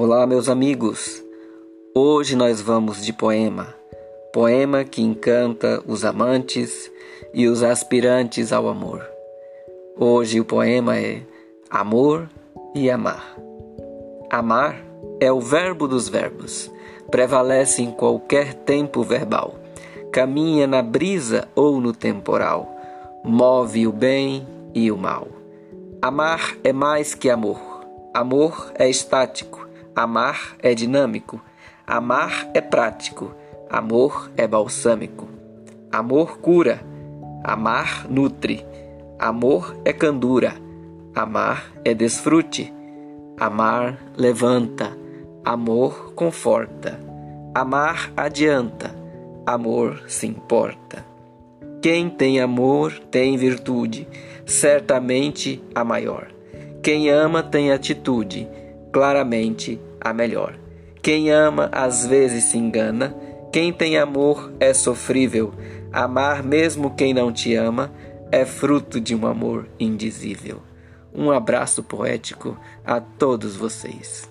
Olá, meus amigos! Hoje nós vamos de poema. Poema que encanta os amantes e os aspirantes ao amor. Hoje o poema é Amor e Amar. Amar é o verbo dos verbos. Prevalece em qualquer tempo verbal. Caminha na brisa ou no temporal. Move o bem e o mal. Amar é mais que amor. Amor é estático. Amar é dinâmico. Amar é prático. Amor é balsâmico. Amor cura. Amar nutre. Amor é candura. Amar é desfrute. Amar levanta. Amor conforta. Amar adianta. Amor se importa. Quem tem amor tem virtude, certamente a maior. Quem ama tem atitude, claramente a melhor. Quem ama às vezes se engana. Quem tem amor é sofrível. Amar mesmo quem não te ama é fruto de um amor indizível. Um abraço poético a todos vocês.